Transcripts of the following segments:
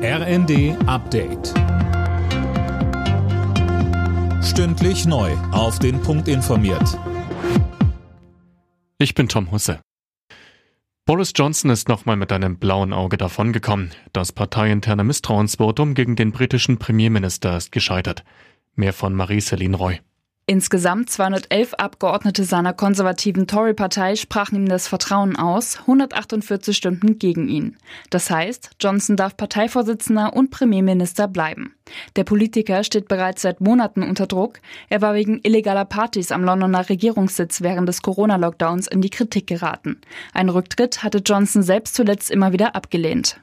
RND Update. Stündlich neu auf den Punkt informiert. Ich bin Tom Husse. Boris Johnson ist nochmal mit einem blauen Auge davongekommen. Das parteiinterne Misstrauensvotum gegen den britischen Premierminister ist gescheitert. Mehr von Marie-Céline Roy. Insgesamt 211 Abgeordnete seiner konservativen Tory-Partei sprachen ihm das Vertrauen aus, 148 stimmten gegen ihn. Das heißt, Johnson darf Parteivorsitzender und Premierminister bleiben. Der Politiker steht bereits seit Monaten unter Druck. Er war wegen illegaler Partys am Londoner Regierungssitz während des Corona-Lockdowns in die Kritik geraten. Einen Rücktritt hatte Johnson selbst zuletzt immer wieder abgelehnt.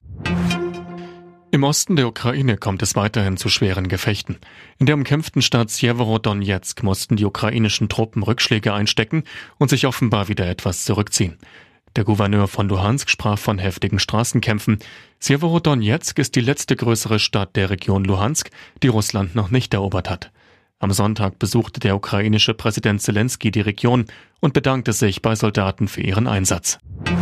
Im Osten der Ukraine kommt es weiterhin zu schweren Gefechten. In der umkämpften Stadt Sjewerodonezk mussten die ukrainischen Truppen Rückschläge einstecken und sich offenbar wieder etwas zurückziehen. Der Gouverneur von Luhansk sprach von heftigen Straßenkämpfen. Sjewerodonezk ist die letzte größere Stadt der Region Luhansk, die Russland noch nicht erobert hat. Am Sonntag besuchte der ukrainische Präsident Zelensky die Region und bedankte sich bei Soldaten für ihren Einsatz.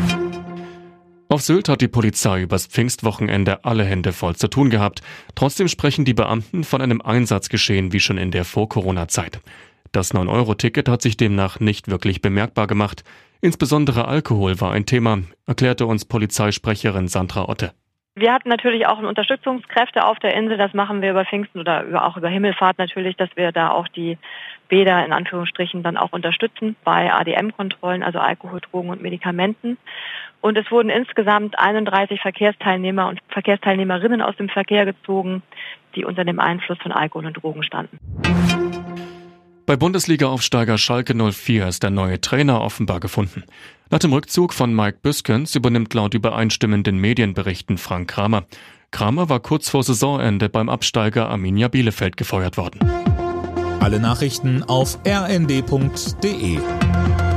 Auf Sylt hat die Polizei übers Pfingstwochenende alle Hände voll zu tun gehabt. Trotzdem sprechen die Beamten von einem Einsatzgeschehen wie schon in der Vor-Corona-Zeit. Das 9-Euro-Ticket hat sich demnach nicht wirklich bemerkbar gemacht. Insbesondere Alkohol war ein Thema, erklärte uns Polizeisprecherin Sandra Otte. Wir hatten natürlich auch Unterstützungskräfte auf der Insel, das machen wir über Pfingsten oder auch über Himmelfahrt natürlich, dass wir da auch die Bäder in Anführungsstrichen dann auch unterstützen bei ADM-Kontrollen, also Alkohol, Drogen und Medikamenten. Und es wurden insgesamt 31 Verkehrsteilnehmer und Verkehrsteilnehmerinnen aus dem Verkehr gezogen, die unter dem Einfluss von Alkohol und Drogen standen. Bei Bundesliga-Aufsteiger Schalke 04 ist der neue Trainer offenbar gefunden. Nach dem Rückzug von Mike Büskens übernimmt laut übereinstimmenden Medienberichten Frank Kramer. Kramer war kurz vor Saisonende beim Absteiger Arminia Bielefeld gefeuert worden. Alle Nachrichten auf rnd.de.